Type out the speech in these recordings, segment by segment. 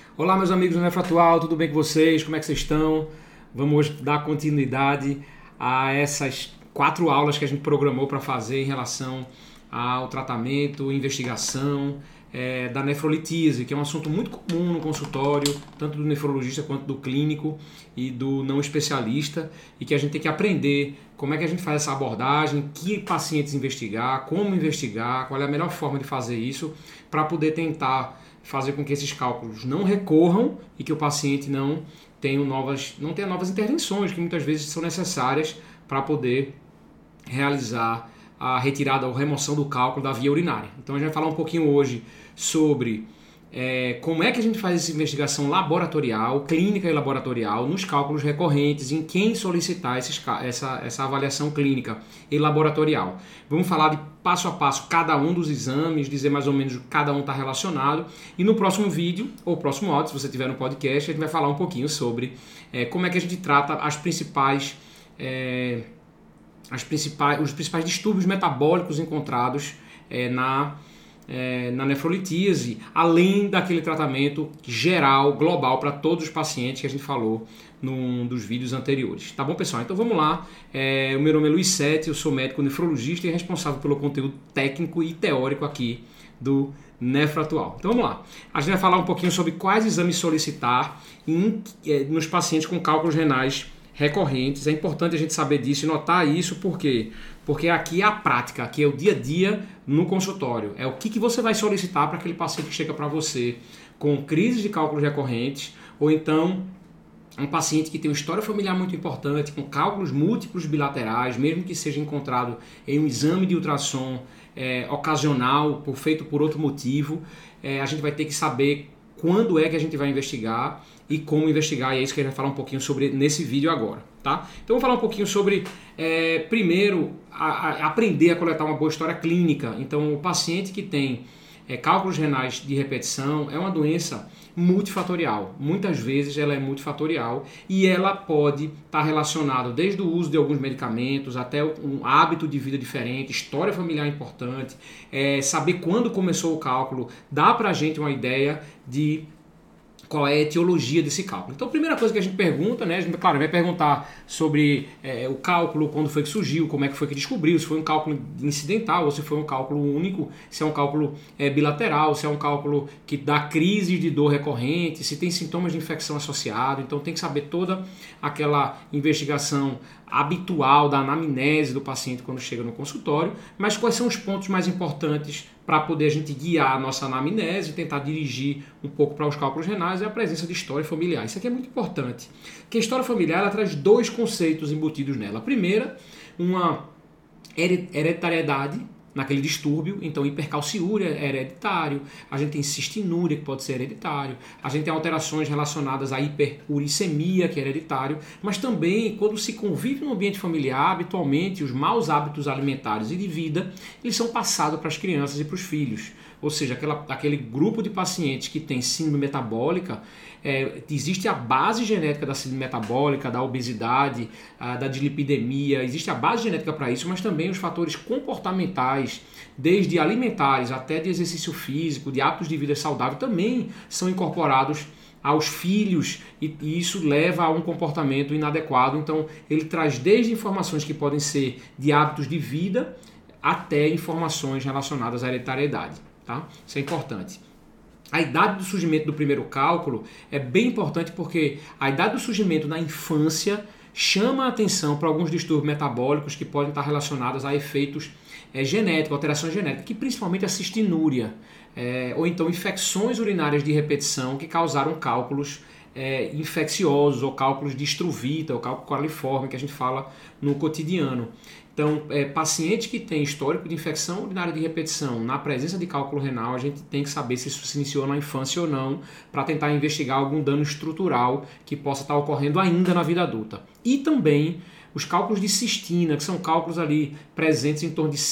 Olá, meus amigos do Nefratual, tudo bem com vocês? Como é que vocês estão? Vamos hoje dar continuidade a essas 4 aulas que a gente programou para fazer em relação ao tratamento, investigação da nefrolitise, que é um assunto muito comum no consultório, tanto do nefrologista quanto do clínico e do não especialista, e que a gente tem que aprender como é que a gente faz essa abordagem, que pacientes investigar, como investigar, qual é a melhor forma de fazer isso, para poder tentar fazer com que esses cálculos não recorram e que o paciente não tenha novas intervenções que muitas vezes são necessárias para poder realizar a retirada ou remoção do cálculo da via urinária. Então a gente vai falar um pouquinho hoje sobre como é que a gente faz essa investigação laboratorial, clínica e laboratorial, nos cálculos recorrentes, em quem solicitar essa avaliação clínica e laboratorial. Vamos falar de passo a passo cada um dos exames, dizer mais ou menos o que cada um está relacionado. E no próximo vídeo, ou próximo áudio, se você tiver no podcast, a gente vai falar um pouquinho sobre como é que a gente trata os principais distúrbios metabólicos encontrados na nefrolitise, além daquele tratamento geral, global, para todos os pacientes que a gente falou num dos vídeos anteriores. Tá bom, pessoal? Então vamos lá. O meu nome é Luiz Sete, eu sou médico nefrologista e responsável pelo conteúdo técnico e teórico aqui do Nefratual. Então vamos lá. A gente vai falar um pouquinho sobre quais exames solicitar nos pacientes com cálculos renais recorrentes. É importante a gente saber disso e notar isso, por quê? Porque aqui é a prática, aqui é o dia a dia no consultório. É o que você vai solicitar para aquele paciente que chega para você com crises de cálculos recorrentes, ou então um paciente que tem uma história familiar muito importante, com cálculos múltiplos bilaterais, mesmo que seja encontrado em um exame de ultrassom ocasional, feito por outro motivo. A gente vai ter que saber quando é que a gente vai investigar e como investigar, e é isso que a gente vai falar um pouquinho sobre nesse vídeo agora, tá? Então vamos falar um pouquinho sobre, primeiro, aprender a coletar uma boa história clínica. Então o paciente que tem cálculos renais de repetição é uma doença multifatorial. Muitas vezes ela é multifatorial e ela pode estar relacionada desde o uso de alguns medicamentos até um hábito de vida diferente, história familiar importante, saber quando começou o cálculo, dá pra gente uma ideia de qual é a etiologia desse cálculo. Então a primeira coisa que a gente pergunta, né, a gente, claro, vai perguntar sobre o cálculo, quando foi que surgiu, como é que foi que descobriu, se foi um cálculo incidental ou se foi um cálculo único, se é um cálculo bilateral, se é um cálculo que dá crise de dor recorrente, se tem sintomas de infecção associado. Então tem que saber toda aquela investigação habitual da anamnese do paciente quando chega no consultório, mas quais são os pontos mais importantes para poder a gente guiar a nossa anamnese e tentar dirigir um pouco para os cálculos renais, é a presença de história familiar. Isso aqui é muito importante, porque a história familiar ela traz 2 conceitos embutidos nela. A primeira, uma hereditariedade naquele distúrbio, então hipercalciúria é hereditário, a gente tem cistinúria que pode ser hereditário, a gente tem alterações relacionadas à hiperuricemia que é hereditário, mas também quando se convive no ambiente familiar, habitualmente os maus hábitos alimentares e de vida, eles são passados para as crianças e para os filhos. Ou seja, aquele grupo de pacientes que tem síndrome metabólica, existe a base genética da síndrome metabólica, da obesidade, da dislipidemia, existe a base genética para isso, mas também os fatores comportamentais, desde alimentares até de exercício físico, de hábitos de vida saudável, também são incorporados aos filhos e isso leva a um comportamento inadequado. Então ele traz desde informações que podem ser de hábitos de vida até informações relacionadas à hereditariedade. Tá? Isso é importante. A idade do surgimento do primeiro cálculo é bem importante porque a idade do surgimento na infância chama a atenção para alguns distúrbios metabólicos que podem estar relacionados a efeitos genéticos, alterações genéticas, que principalmente a cistinúria, ou então infecções urinárias de repetição que causaram cálculos infecciosos ou cálculos de estruvita ou cálculo coliforme que a gente fala no cotidiano. Então, paciente que tem histórico de infecção urinária de repetição na presença de cálculo renal, a gente tem que saber se isso se iniciou na infância ou não, para tentar investigar algum dano estrutural que possa estar ocorrendo ainda na vida adulta. E também os cálculos de cistina, que são cálculos ali presentes em torno de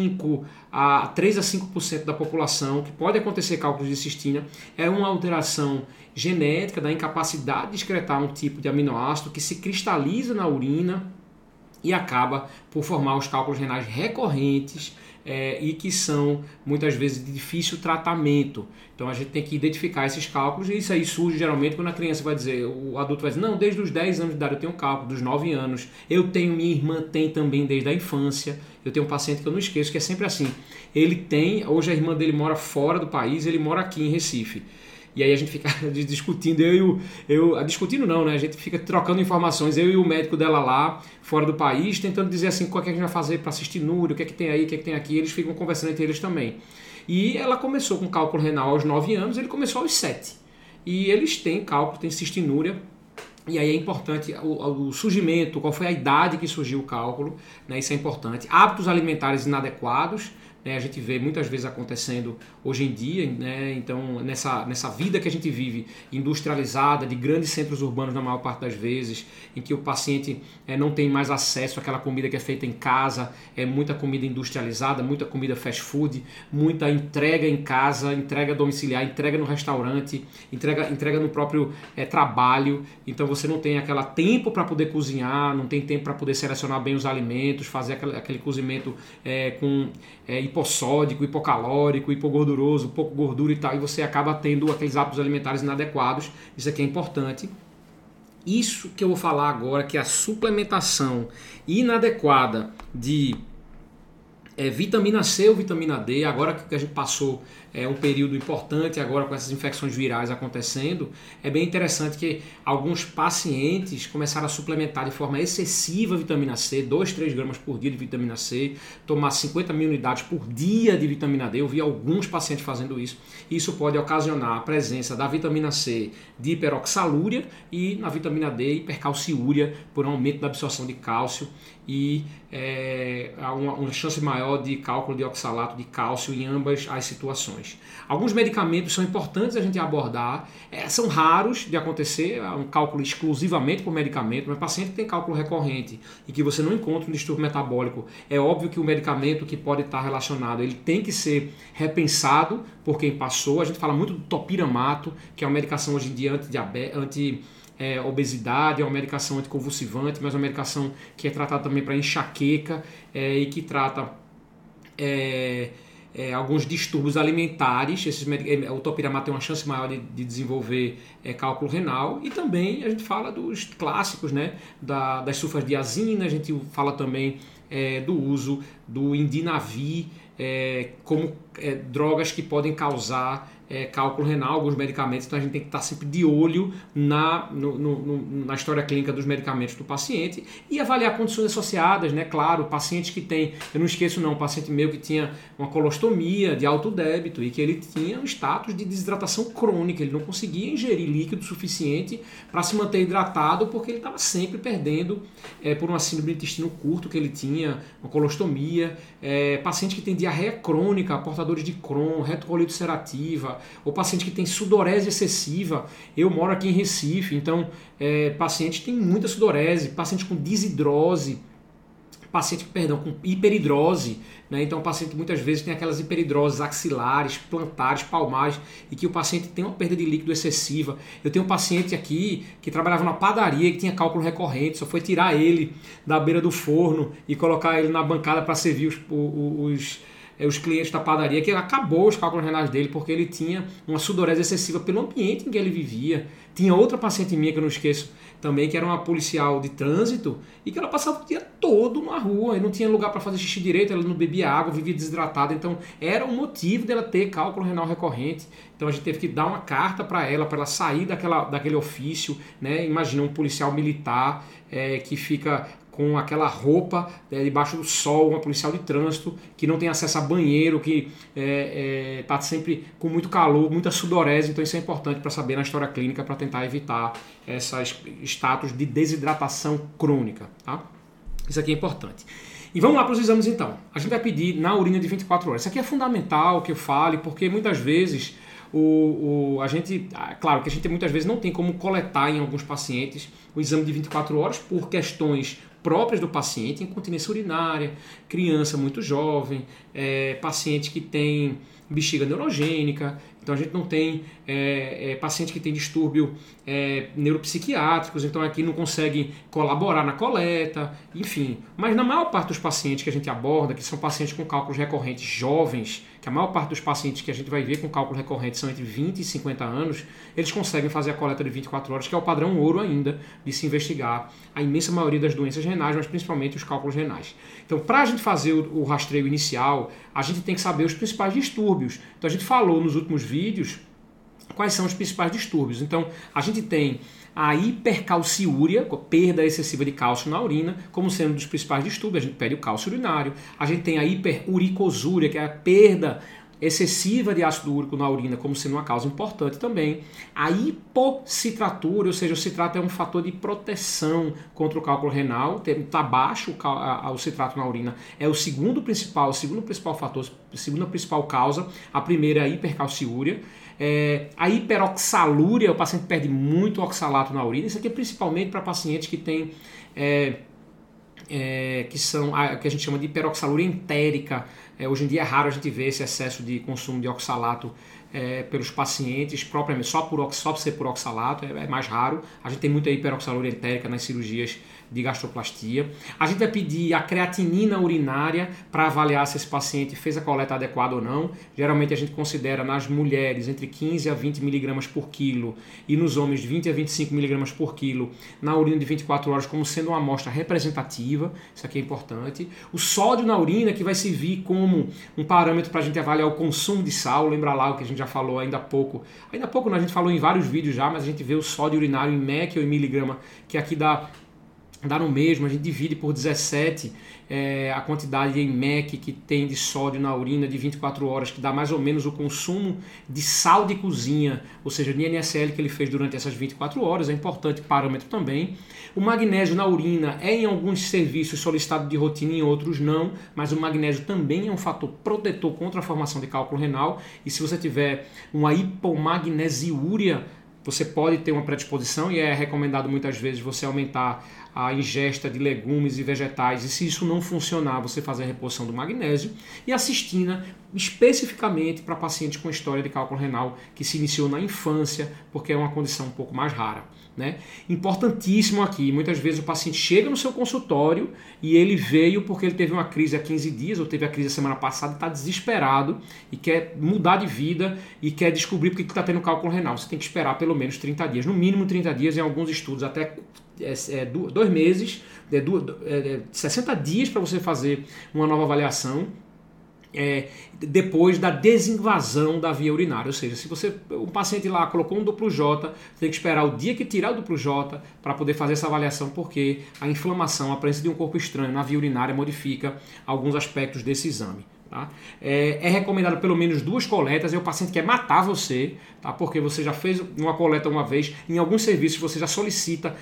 3 a 5% da população, que pode acontecer cálculos de cistina, é uma alteração genética da incapacidade de excretar um tipo de aminoácido que se cristaliza na urina e acaba por formar os cálculos renais recorrentes e que são muitas vezes de difícil tratamento. Então a gente tem que identificar esses cálculos, e isso aí surge geralmente quando a criança vai dizer, o adulto vai dizer, não, desde os 10 anos de idade eu tenho cálculo, dos 9 anos, eu tenho, minha irmã tem também desde a infância. Eu tenho um paciente que eu não esqueço, que é sempre assim, ele tem, hoje a irmã dele mora fora do país, ele mora aqui em Recife. E aí a gente fica discutindo, discutindo não, né? A gente fica trocando informações, eu e o médico dela lá, fora do país, tentando dizer assim, o que é que a gente vai fazer para assistir núcleo, o que é que tem aí, o que é que tem aqui, eles ficam conversando entre eles também. E ela começou com cálculo renal aos 9 anos, ele começou aos 7. E eles têm cálculo, têm cistinúria, e aí é importante o surgimento, qual foi a idade que surgiu o cálculo, né? Isso é importante. Hábitos alimentares inadequados, né, a gente vê muitas vezes acontecendo hoje em dia, né, então nessa vida que a gente vive, industrializada, de grandes centros urbanos na maior parte das vezes, em que o paciente não tem mais acesso àquela comida que é feita em casa, muita comida industrializada, muita comida fast food, muita entrega em casa, entrega domiciliar, entrega no restaurante, entrega no próprio trabalho, então você não tem aquele tempo para poder cozinhar, não tem tempo para poder selecionar bem os alimentos, fazer aquele cozimento com hipossódico, hipocalórico, hipogorduroso, pouco gordura e tal, e você acaba tendo aqueles hábitos alimentares inadequados. Isso aqui é importante. Isso que eu vou falar agora, que é a suplementação inadequada de vitamina C ou vitamina D, agora que a gente passou um período importante agora com essas infecções virais acontecendo, é bem interessante que alguns pacientes começaram a suplementar de forma excessiva a vitamina C, 2-3 gramas por dia de vitamina C, tomar 50 mil unidades por dia de vitamina D. Eu vi alguns pacientes fazendo isso. Isso pode ocasionar a presença da vitamina C de hiperoxalúria e na vitamina D hipercalciúria por um aumento da absorção de cálcio e uma chance maior de cálculo de oxalato de cálcio em ambas as situações. Alguns medicamentos são importantes a gente abordar, são raros de acontecer, um cálculo exclusivamente por medicamento, mas paciente que tem cálculo recorrente e que você não encontra um distúrbio metabólico, é óbvio que o medicamento que pode estar relacionado, ele tem que ser repensado por quem passou. A gente fala muito do topiramato, que é uma medicação hoje em dia obesidade, é uma medicação anticonvulsivante, mas é uma medicação que é tratada também para enxaqueca e que trata alguns distúrbios alimentares. O topiramato tem uma chance maior de desenvolver cálculo renal, e também a gente fala dos clássicos, né, das sulfadiazina, a gente fala também do uso do indinavir como drogas que podem causar cálculo renal, alguns medicamentos. Então a gente tem que estar sempre de olho na história clínica dos medicamentos do paciente e avaliar condições associadas, né? Claro, pacientes que têm, eu não esqueço não, um paciente meu que tinha uma colostomia de alto débito e que ele tinha um status de desidratação crônica, ele não conseguia ingerir líquido suficiente para se manter hidratado porque ele estava sempre perdendo por uma síndrome do intestino curto que ele tinha, uma colostomia, paciente que tem diarreia crônica, portadores de Crohn, retocolite ulcerativa, ou paciente que tem sudorese excessiva. Eu moro aqui em Recife, então paciente tem muita sudorese, paciente com desidrose, paciente com hiperidrose, né? Então o paciente muitas vezes tem aquelas hiperidroses axilares, plantares, palmares, e que o paciente tem uma perda de líquido excessiva. Eu tenho um paciente aqui que trabalhava na padaria, que tinha cálculo recorrente, só foi tirar ele da beira do forno e colocar ele na bancada para servir os clientes da padaria, que acabou os cálculos renais dele porque ele tinha uma sudorese excessiva pelo ambiente em que ele vivia. Tinha outra paciente minha que eu não esqueço também, que era uma policial de trânsito e que ela passava o dia todo na rua e não tinha lugar para fazer xixi direito, ela não bebia água, vivia desidratada. Então era um motivo dela ter cálculo renal recorrente. Então a gente teve que dar uma carta para ela sair daquele ofício, né? Imagina um policial militar que fica com aquela roupa debaixo do sol, uma policial de trânsito que não tem acesso a banheiro, que está sempre com muito calor, muita sudorese. Então isso é importante para saber na história clínica, para tentar evitar esses status de desidratação crônica, tá? Isso aqui é importante. E vamos lá para os exames então. A gente vai pedir na urina de 24 horas. Isso aqui é fundamental que eu fale, porque muitas vezes a gente, claro que a gente muitas vezes não tem como coletar em alguns pacientes o exame de 24 horas por questões próprias do paciente, incontinência urinária, criança muito jovem, paciente que tem bexiga neurogênica. Então Então a gente não tem paciente que tem distúrbio neuropsiquiátricos, então aqui não consegue colaborar na coleta, enfim. Mas na maior parte dos pacientes que a gente aborda, que são pacientes com cálculos recorrentes jovens, que a maior parte dos pacientes que a gente vai ver com cálculos recorrentes são entre 20 e 50 anos, eles conseguem fazer a coleta de 24 horas, que é o padrão ouro ainda de se investigar a imensa maioria das doenças renais, mas principalmente os cálculos renais. Então, para a gente fazer o rastreio inicial, a gente tem que saber os principais distúrbios. Então, a gente falou nos últimos vídeos quais são os principais distúrbios. Então, a gente tem a hipercalciúria, perda excessiva de cálcio na urina, como sendo um dos principais distúrbios. A gente perde o cálcio urinário. A gente tem a hiperuricosúria, que é a perda excessiva de ácido úrico na urina, como sendo uma causa importante também. A hipocitratura, ou seja, o citrato é um fator de proteção contra o cálculo renal. Está baixo o citrato na urina, é o segundo principal fator, a segunda principal causa. A primeira é a hipercalciúria. A hiperoxalúria, o paciente perde muito oxalato na urina. Isso aqui é principalmente para pacientes que têm que a gente chama de hiperoxalúria entérica. Hoje em dia é raro a gente ver esse excesso de consumo de oxalato pelos pacientes, propriamente só por ser por oxalato, é mais raro. A gente tem muita hiperoxalúria entérica nas cirurgias de gastroplastia. A gente vai pedir a creatinina urinária para avaliar se esse paciente fez a coleta adequada ou não. Geralmente a gente considera nas mulheres entre 15 a 20 mg por quilo e nos homens de 20 a 25 mg por quilo na urina de 24 horas como sendo uma amostra representativa. Isso aqui é importante. O sódio na urina, que vai servir como um parâmetro para a gente avaliar o consumo de sal. Lembra lá o que a gente já falou ainda há pouco. Ainda há pouco, a gente falou em vários vídeos já, mas a gente vê o sódio urinário em mEq ou em miligrama, que aqui dá no mesmo. A gente divide por 17 a quantidade em mEq que tem de sódio na urina de 24 horas, que dá mais ou menos o consumo de sal de cozinha, ou seja, de NSL que ele fez durante essas 24 horas, é importante parâmetro também. O magnésio na urina é em alguns serviços solicitado de rotina, em outros não, mas o magnésio também é um fator protetor contra a formação de cálculo renal, e se você tiver uma hipomagnesiúria, você pode ter uma predisposição, e é recomendado muitas vezes você aumentar a ingesta de legumes e vegetais, e se isso não funcionar, você fazer a reposição do magnésio. E a cistina, especificamente para pacientes com história de cálculo renal que se iniciou na infância, porque é uma condição um pouco mais rara, né? Importantíssimo aqui, muitas vezes o paciente chega no seu consultório e ele veio porque ele teve uma crise há 15 dias ou teve a crise a semana passada e está desesperado e quer mudar de vida e quer descobrir porque está tendo cálculo renal. Você tem que esperar pelo menos 30 dias, no mínimo 30 dias, em alguns estudos até 2 meses, 60 dias para você fazer uma nova avaliação. Depois da desinvasão da via urinária, ou seja, se um paciente lá colocou um duplo J, você tem que esperar o dia que tirar o duplo J para poder fazer essa avaliação, porque a inflamação, a presença de um corpo estranho na via urinária modifica alguns aspectos desse exame. Tá? É recomendado pelo menos 2 coletas, e o paciente quer matar você, tá? Porque você já fez uma coleta uma vez. Em alguns serviços você já solicita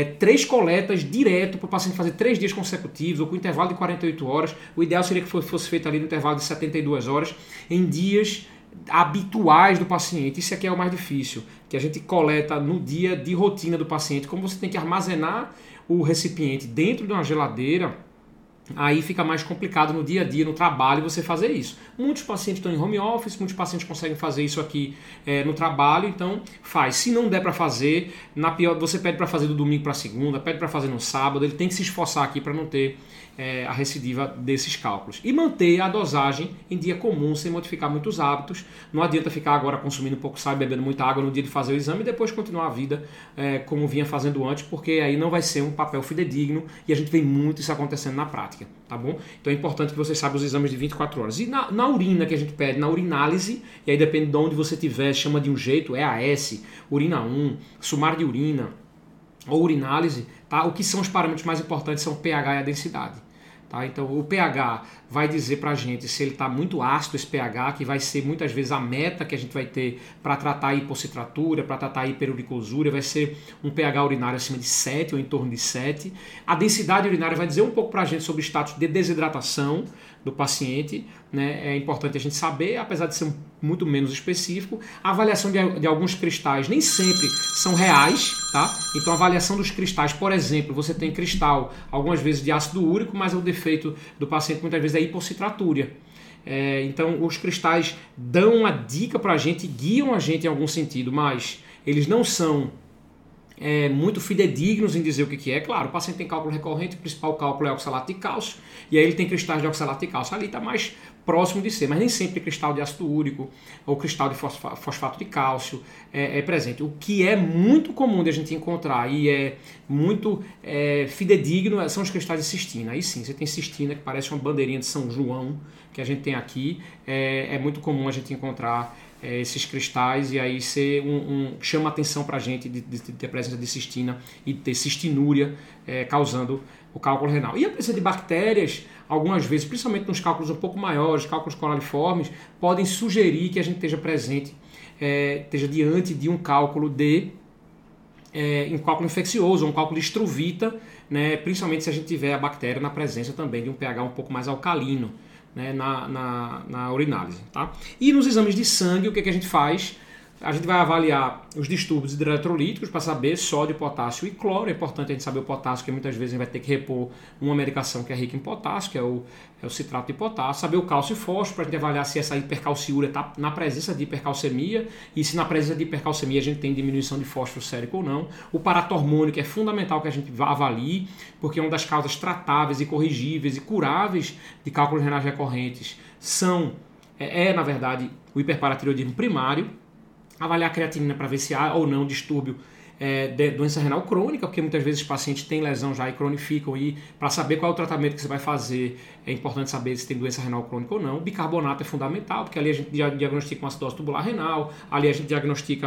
3 coletas direto para o paciente fazer 3 dias consecutivos ou com intervalo de 48 horas. O ideal seria que fosse feito ali no intervalo de 72 horas em dias habituais do paciente. Isso aqui é o mais difícil, que a gente coleta no dia de rotina do paciente. Como você tem que armazenar o recipiente dentro de uma geladeira, aí fica mais complicado no dia a dia, no trabalho, você fazer isso. Muitos pacientes estão em home office, muitos pacientes conseguem fazer isso aqui no trabalho, então faz. Se não der para fazer, você pede para fazer do domingo para segunda, pede para fazer no sábado, ele tem que se esforçar aqui para não ter a recidiva desses cálculos. E manter a dosagem em dia comum, sem modificar muitos hábitos. Não adianta ficar agora consumindo pouco sal e bebendo muita água no dia de fazer o exame e depois continuar a vida como vinha fazendo antes, porque aí não vai ser um papel fidedigno, e a gente vê muito isso acontecendo na prática. Tá bom? Então é importante que você saiba os exames de 24 horas. E na urina que a gente pede, na urinálise, e aí depende de onde você tiver, chama de um jeito, EAS, urina 1, sumário de urina ou urinálise, tá? O que são os parâmetros mais importantes são o pH e a densidade. Tá? Então o pH vai dizer pra gente se ele está muito ácido, esse pH, que vai ser muitas vezes a meta que a gente vai ter para tratar a hipocitratura, para tratar a hiperuricosúria, vai ser um pH urinário acima de 7 ou em torno de 7. A densidade urinária vai dizer um pouco pra gente sobre o status de desidratação do paciente, né? É importante a gente saber, apesar de ser muito menos específico. A avaliação de alguns cristais nem sempre são reais, tá? Então a avaliação dos cristais, por exemplo, você tem cristal algumas vezes de ácido úrico, mas o defeito do paciente muitas vezes é hipocitratúria. Então os cristais dão uma dica para a gente, guiam a gente em algum sentido, mas eles não são muito fidedignos em dizer o que é. Claro, o paciente tem cálculo recorrente, o principal cálculo é oxalato de cálcio, e aí ele tem cristais de oxalato de cálcio. Ali está mais próximo de ser, mas nem sempre cristal de ácido úrico ou cristal de fosfato de cálcio é presente. O que é muito comum de a gente encontrar e é muito fidedigno são os cristais de cistina. Aí sim, você tem cistina que parece uma bandeirinha de São João que a gente tem aqui. É muito comum a gente encontrar esses cristais, e aí chama atenção para a gente de ter presença de cistina e de ter cistinúria causando o cálculo renal. E a presença de bactérias, algumas vezes, principalmente nos cálculos um pouco maiores, cálculos colaliformes, podem sugerir que a gente esteja presente, esteja diante de um cálculo um cálculo infeccioso, um cálculo de estruvita, né, principalmente se a gente tiver a bactéria na presença também de um pH um pouco mais alcalino, né, na urinálise. Tá? E nos exames de sangue, o que a gente faz? A gente vai avaliar os distúrbios hidroeletrolíticos para saber sódio, potássio e cloro. É importante a gente saber o potássio, porque muitas vezes a gente vai ter que repor uma medicação que é rica em potássio, que é o citrato de potássio. Saber o cálcio e fósforo para a gente avaliar se essa hipercalciúria está na presença de hipercalcemia e se na presença de hipercalcemia a gente tem diminuição de fósforo sérico ou não. O paratormônio, que é fundamental que a gente avalie, porque é uma das causas tratáveis e corrigíveis e curáveis de cálculos renais recorrentes na verdade, o hiperparatireoidismo primário. Avaliar a creatinina para ver se há ou não distúrbio de doença renal crônica, porque muitas vezes os pacientes têm lesão já e cronificam, e para saber qual é o tratamento que você vai fazer, é importante saber se tem doença renal crônica ou não. O bicarbonato é fundamental, porque ali a gente diagnostica uma acidose tubular renal, ali a gente diagnostica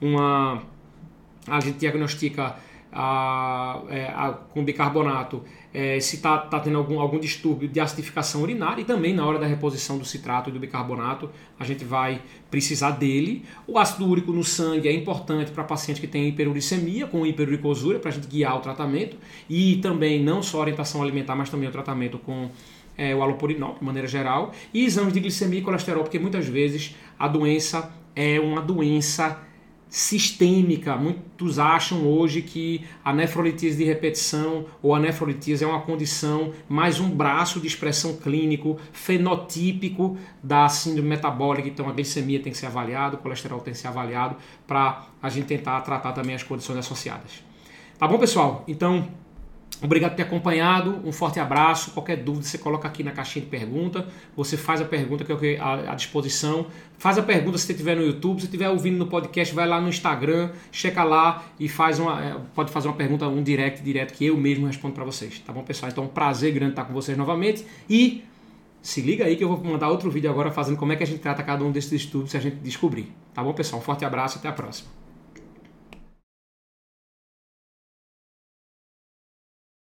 com bicarbonato se está tendo algum distúrbio de acidificação urinária, e também na hora da reposição do citrato e do bicarbonato a gente vai precisar dele. O ácido úrico no sangue é importante para pacientes que têm hiperuricemia com hiperuricosúria, para a gente guiar o tratamento, e também não só a orientação alimentar, mas também o tratamento com o alopurinol, de maneira geral, e exames de glicemia e colesterol, porque muitas vezes a doença é uma doença sistêmica. Muitos acham hoje que a nefrolitise de repetição ou a nefrolitise é uma condição, mais um braço de expressão clínico, fenotípico da síndrome metabólica. Então a glicemia tem que ser avaliada, o colesterol tem que ser avaliado para a gente tentar tratar também as condições associadas. Tá bom, pessoal? Então, obrigado por ter acompanhado, um forte abraço. Qualquer dúvida você coloca aqui na caixinha de pergunta, você faz a pergunta que eu estou à disposição. Faz a pergunta se você estiver no YouTube, se estiver ouvindo no podcast, vai lá no Instagram, checa lá e pode fazer uma pergunta, um direct que eu mesmo respondo para vocês. Tá bom, pessoal? Então, um prazer grande estar com vocês novamente, e se liga aí que eu vou mandar outro vídeo agora fazendo como é que a gente trata cada um desses distúrbios se a gente descobrir. Tá bom, pessoal? Um forte abraço e até a próxima.